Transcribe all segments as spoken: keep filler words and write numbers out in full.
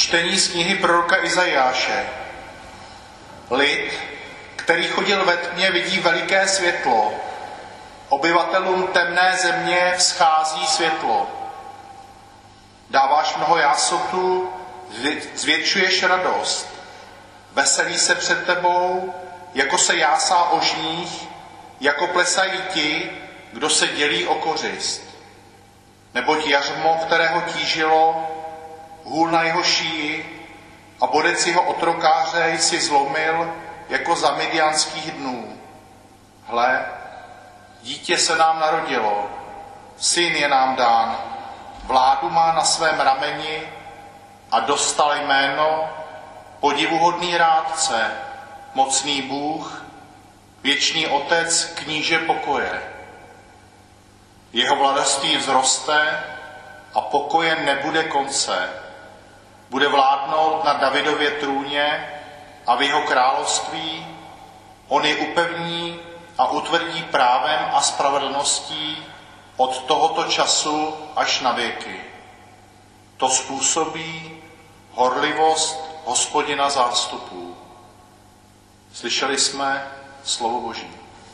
Čtení z knihy proroka Izajáše. Lid, který chodil ve tmě, vidí veliké světlo. Obyvatelům temné země vzchází světlo. Dáváš mnoho jásotu, zvětšuješ radost. Veselí se před tebou, jako se jásá o žních, jako plesají ti, kdo se dělí o kořist. Neboť jařmo, kterého tížilo, hůl na jeho šíji a bodec jeho otrokáře si zlomil jako za midianských dnů. Hle, dítě se nám narodilo, syn je nám dán, vládu má na svém rameni a dostal jméno Podivuhodný rádce, mocný Bůh, věčný Otec, kníže pokoje. Jeho vladařství vzroste a pokoje nebude konce. Bude vládnout na Davidově trůně a v jeho království on je upevní a utvrdí právem a spravedlností od tohoto času až na věky. To způsobí horlivost Hospodina zástupů. Slyšeli jsme slovo Boží.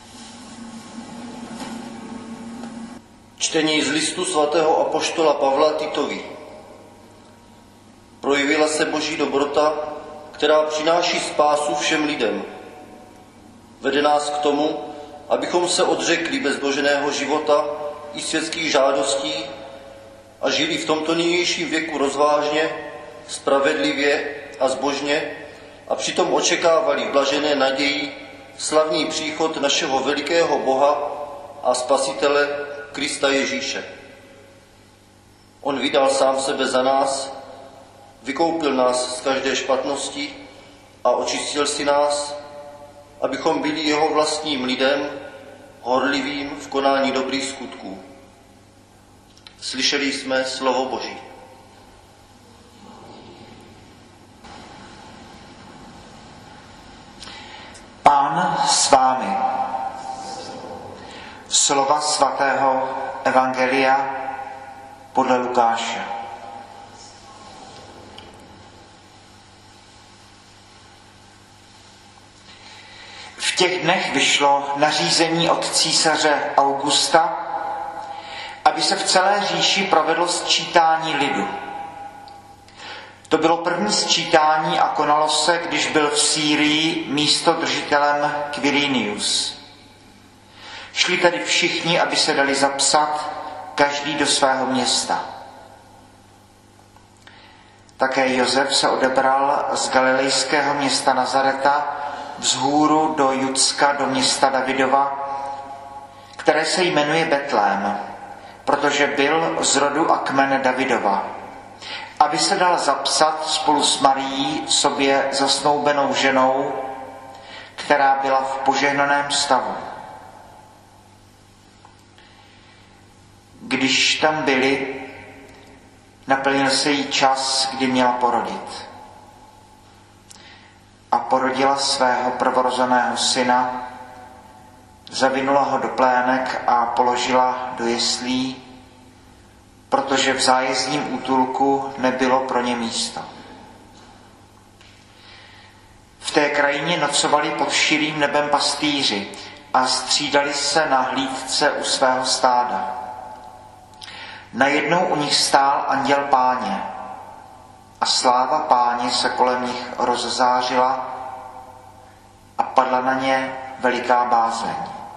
Čtení z listu svatého apoštola Pavla Titovi. Projevila se Boží dobrota, která přináší spásu všem lidem. Vede nás k tomu, abychom se odřekli bezbožného života i světských žádostí a žili v tomto nynějším věku rozvážně, spravedlivě a zbožně a přitom očekávali v blažené naději slavný příchod našeho velikého Boha a Spasitele Krista Ježíše. On vydal sám sebe za nás, vykoupil nás z každé špatnosti a očistil si nás, abychom byli jeho vlastním lidem, horlivým v konání dobrých skutků. Slyšeli jsme slovo Boží. Pán s vámi. Slova svatého Evangelia podle Lukáše. V těch dnech vyšlo nařízení od císaře Augusta, aby se v celé říši provedlo sčítání lidu. To bylo první sčítání a konalo se, když byl v Sýrii místodržitelem Quirinius. Šli tedy všichni, aby se dali zapsat, každý do svého města. Také Josef se odebral z galilejského města Nazareta vzhůru do Judska, do města Davidova, které se jmenuje Betlém, protože byl z rodu a kmene Davidova, aby se dal zapsat spolu s Marií, sobě zasnoubenou ženou, která byla v požehnaném stavu. Když tam byli, naplnil se jí čas, kdy měla porodit. A porodila svého prvorozeného syna, zavinula ho do plének a položila do jeslí, protože v zájezdním útulku nebylo pro ně místo. V té krajině nocovali pod širým nebem pastýři a střídali se na hlídce u svého stáda. Najednou u nich stál anděl Páně a sláva Páně se kolem nich rozzářila a padla na ně veliká bázeň.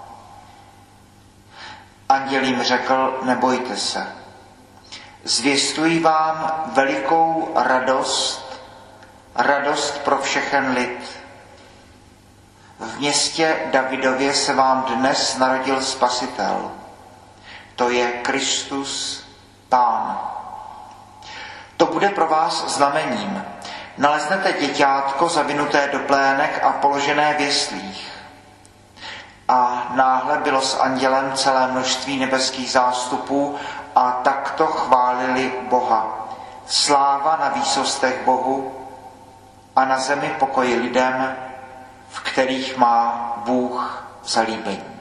Anděl jim řekl: nebojte se, zvěstuji vám velikou radost, radost pro všechen lid. V městě Davidově se vám dnes narodil Spasitel, to je Kristus Pán. To bude pro vás znamením. Naleznete děťátko zavinuté do plének a položené v jeslích. A náhle bylo s andělem celé množství nebeských zástupů a takto chválili Boha. Sláva na výsostech Bohu a na zemi pokoj lidem, v kterých má Bůh zalíbení.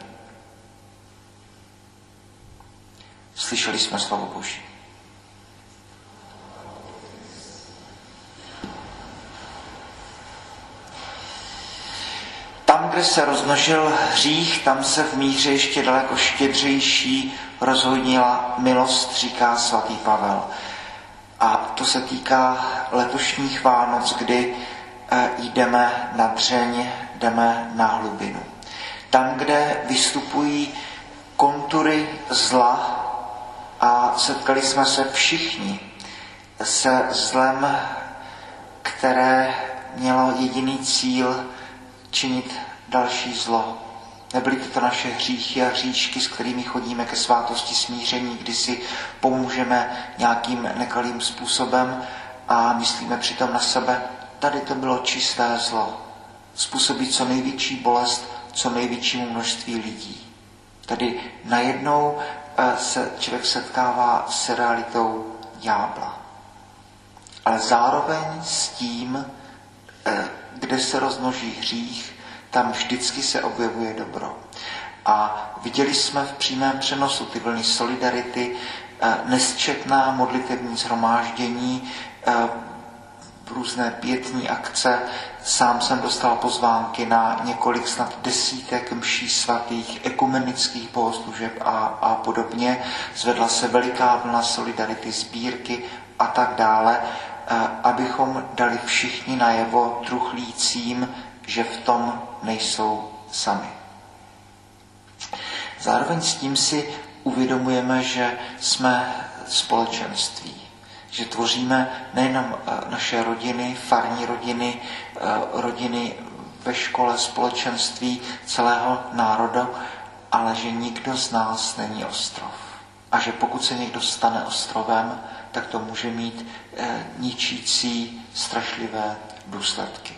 Slyšeli jsme slovo Boží. kde se rozmnožil hřích, tam se v míře ještě daleko štědřejší rozhojnila milost, říká svatý Pavel. A to se týká letošních Vánoc, kdy jdeme na dřeň, jdeme na hlubinu. Tam, kde vystupují kontury zla a setkali jsme se všichni se zlem, které mělo jediný cíl činit další zlo. Nebyly to naše hříchy a hříšky, s kterými chodíme ke svátosti smíření, kdy si pomůžeme nějakým nekalým způsobem a myslíme přitom na sebe. Tady to bylo čisté zlo. Způsobit co největší bolest co největšímu množství lidí. Tady najednou se člověk setkává s realitou ďábla. Ale zároveň s tím, kde se rozmnoží hřích, tam vždycky se objevuje dobro. A viděli jsme v přímém přenosu ty vlny solidarity, nesčetná modlitevní shromáždění, různé pětní akce. Sám jsem dostal pozvánky na několik snad desítek mší svatých, ekumenických bohoslužeb a, a podobně. Zvedla se veliká vlna solidarity, sbírky a tak dále, abychom dali všichni najevo truchlícím, že v tom nejsou sami. Zároveň s tím si uvědomujeme, že jsme společenství, že tvoříme nejenom naše rodiny, farní rodiny, rodiny ve škole, společenství celého národa, ale že nikdo z nás není ostrov. A že pokud se někdo stane ostrovem, tak to může mít ničící, strašlivé důsledky.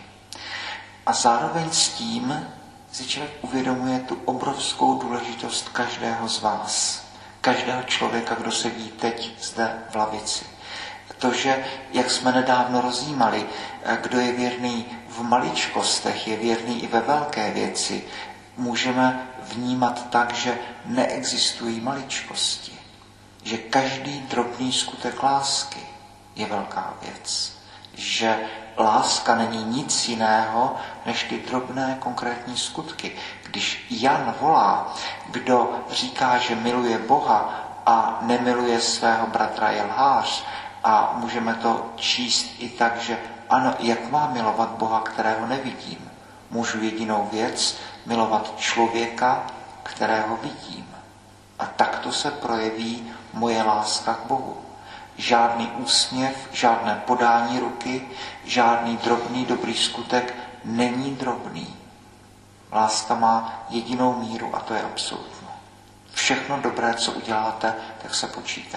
A zároveň s tím si člověk uvědomuje tu obrovskou důležitost každého z vás. Každého člověka, kdo sedí teď zde v lavici. To, že, jak jsme nedávno rozjímali, kdo je věrný v maličkostech, je věrný i ve velké věci, můžeme vnímat tak, že neexistují maličkosti. Že každý drobný skutek lásky je velká věc. Že láska není nic jiného, než ty drobné konkrétní skutky. Když Jan volá, kdo říká, že miluje Boha a nemiluje svého bratra, je lhář, a můžeme to číst i tak, že ano, jak mám milovat Boha, kterého nevidím? Můžu jedinou věc, milovat člověka, kterého vidím. A takto se projeví moje láska k Bohu. Žádný úsměv, žádné podání ruky, žádný drobný dobrý skutek není drobný. Láska má jedinou míru a to je absolutno. Všechno dobré, co uděláte, tak se počítá.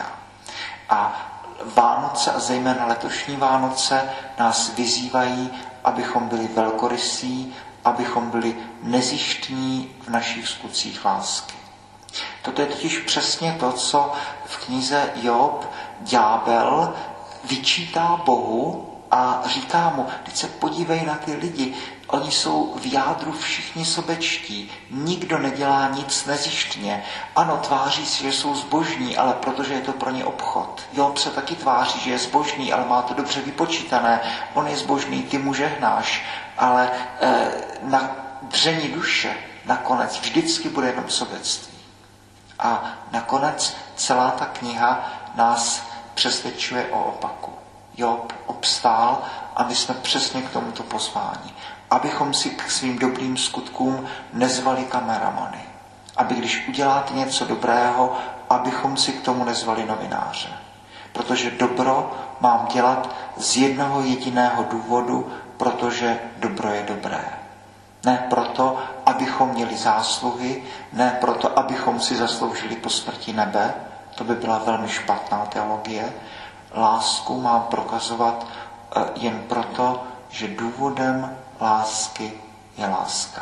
A Vánoce a zejména letošní Vánoce nás vyzývají, abychom byli velkorysí, abychom byli nezištní v našich skutcích lásky. Toto je totiž přesně to, co v knize Job ďábel vyčítá Bohu a říká mu, teď se podívej na ty lidi, oni jsou v jádru všichni sobečtí, nikdo nedělá nic nezištně. Ano, tváří si, že jsou zbožní, ale protože je to pro ně obchod. Job se taky tváří, že je zbožný, ale má to dobře vypočítané. On je zbožný, ty mu žehnáš, ale eh, na dřeni duše nakonec vždycky bude jenom sobectví. A nakonec celá ta kniha nás přesvědčuje o opaku. Job obstál a my jsme přesně k tomuto pozváni. Abychom si k svým dobrým skutkům nezvali kameramany. Aby když uděláte něco dobrého, abychom si k tomu nezvali novináře. Protože dobro mám dělat z jednoho jediného důvodu, protože dobro je dobré. Ne proto, abychom měli zásluhy, ne proto, abychom si zasloužili po smrti nebe, to by byla velmi špatná teologie. Lásku mám prokazovat jen proto, že důvodem lásky je láska.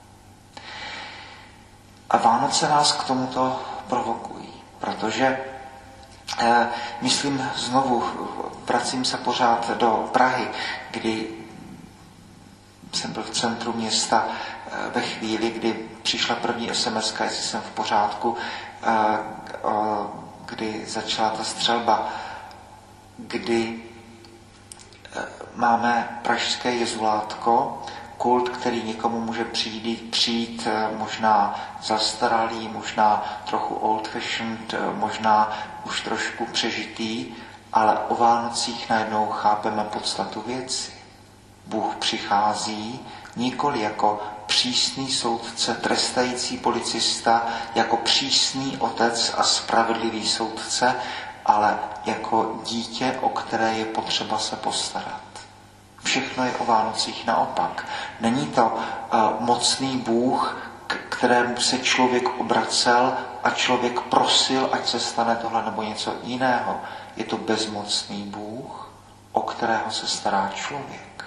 A Vánoce nás k tomuto provokují, protože eh, myslím znovu, vracím se pořád do Prahy, kdy jsem byl v centru města eh, ve chvíli, kdy přišla první es em eska, jestli jsem v pořádku, eh, o, kdy začala ta střelba, kdy máme pražské jezulátko kult, který někomu může přijít, přijít možná zastaralý, možná trochu old-fashioned, možná už trošku přežitý, ale o Vánocích najednou chápeme podstatu věci. Bůh přichází nikoli jako přísný soudce, trestající policista, jako přísný otec a spravedlivý soudce, ale jako dítě, o které je potřeba se postarat. Všechno je o Vánocích naopak. Není to uh, mocný Bůh, k kterému se člověk obracel a člověk prosil, ať se stane tohle nebo něco jiného. Je to bezmocný Bůh, o kterého se stará člověk.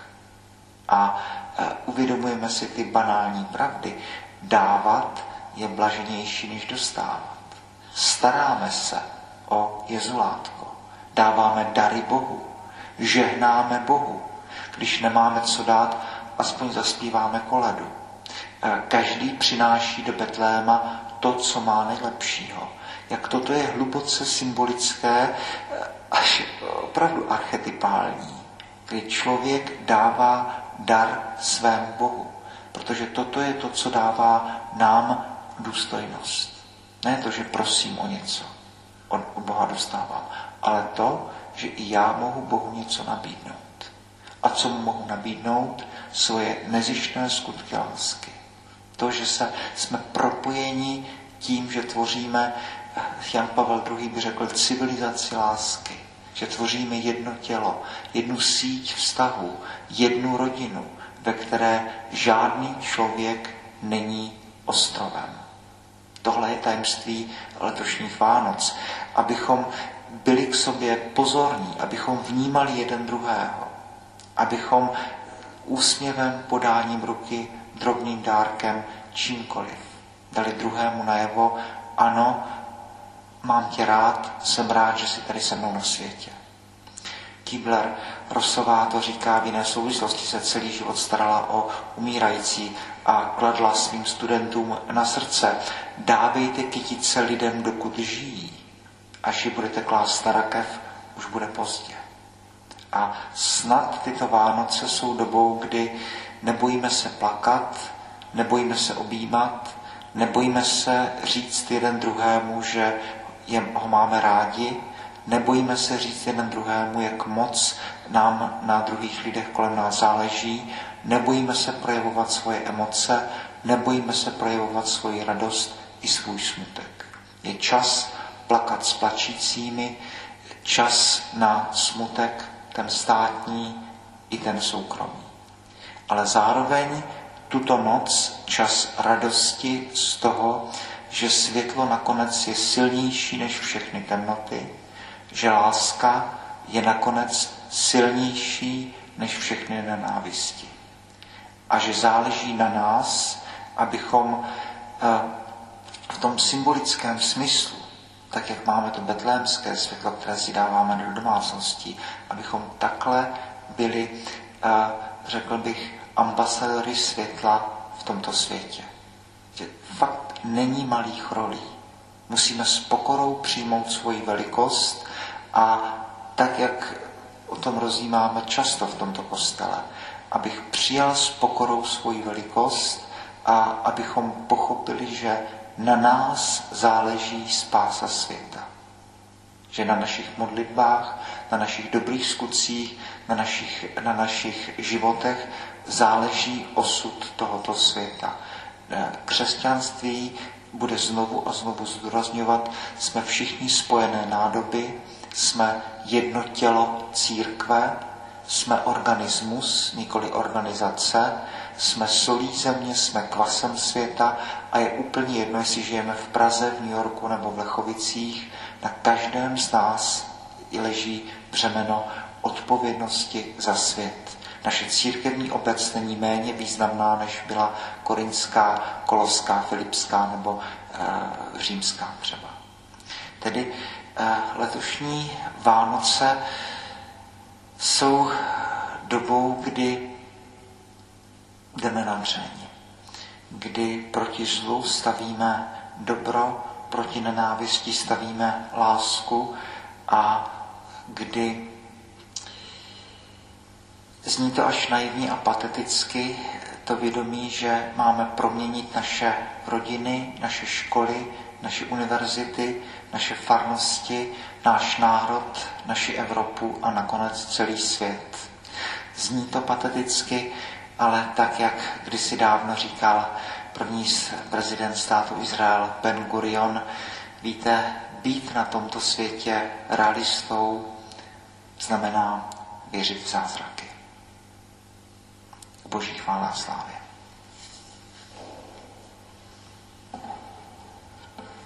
A uh, uvědomujeme si ty banální pravdy. Dávat je blaženější, než dostávat. Staráme se o jezulátko. Dáváme dary Bohu. Žehnáme Bohu. Když nemáme co dát, aspoň zaspíváme koledu. Každý přináší do Betléma to, co má nejlepšího. Jak toto je hluboce symbolické, až opravdu archetypální, kdy člověk dává dar svému Bohu. Protože toto je to, co dává nám důstojnost. Ne to, že prosím o něco, od Boha dostávám, ale to, že i já mohu Bohu něco nabídnout. A co mu mohu nabídnout? Svoje nezištné skutky lásky. To, že se, jsme propojeni tím, že tvoříme, Jan Pavel druhý. by řekl, civilizaci lásky. Že tvoříme jedno tělo, jednu síť vztahů, jednu rodinu, ve které žádný člověk není ostrovem. Tohle je tajemství letošních Vánoc. Abychom byli k sobě pozorní, abychom vnímali jeden druhého, abychom úsměvem, podáním ruky, drobným dárkem, čímkoliv dali druhému najevo, ano, mám tě rád, jsem rád, že jsi tady se mnou na světě. Kübler-Rossová to říká v jiné souvislosti, se celý život starala o umírající a kladla svým studentům na srdce: dávejte kytice lidem, dokud žijí. Až ji budete klást na rakev, už bude pozdě. A snad tyto Vánoce jsou dobou, kdy nebojíme se plakat, nebojíme se objímat, nebojíme se říct jeden druhému, že ho máme rádi, nebojíme se říct jeden druhému, jak moc nám na druhých lidech kolem nás záleží, nebojíme se projevovat svoje emoce, nebojíme se projevovat svoji radost i svůj smutek. Je čas plakat s plačícími, čas na smutek, ten státní i ten soukromý. Ale zároveň tuto noc čas radosti z toho, že světlo nakonec je silnější než všechny temnoty, že láska je nakonec silnější než všechny nenávisti. A že záleží na nás, abychom v tom symbolickém smyslu, tak jak máme to betlémské světlo, které si dáváme do domácností, abychom takhle byli, řekl bych, ambasadory světla v tomto světě. Že fakt není malých rolí. Musíme s pokorou přijmout svoji velikost a tak, jak o tom rozjímáme často v tomto kostele, abych přijal s pokorou svoji velikost a abychom pochopili, že na nás záleží spása světa. Že na našich modlitbách, na našich dobrých skutcích, na našich, na našich životech záleží osud tohoto světa. Křesťanství bude znovu a znovu zdůrazňovat, jsme všichni spojené nádoby, jsme jedno tělo církve, jsme organismus, nikoli organizace, jsme solí země, jsme kvasem světa a je úplně jedno, jestli žijeme v Praze, v New Yorku nebo v Lechovicích. Na každém z nás leží břemeno odpovědnosti za svět. Naše církevní obec není méně významná, než byla korintská, koloská, filipská nebo e, římská třeba. Tedy e, letošní Vánoce jsou dobou, kdy jdeme na dřeň, kdy proti zlu stavíme dobro, proti nenávisti stavíme lásku a kdy zní to až naivně a pateticky, to vědomí, že máme proměnit naše rodiny, naše školy, naše univerzity, naše farnosti, náš národ, naši Evropu a nakonec celý svět. Zní to pateticky, ale tak, jak kdysi dávno říkal první prezident státu Izrael Ben Gurion, víte, být na tomto světě realistou znamená věřit v zázraky. Boží chvála a slávě.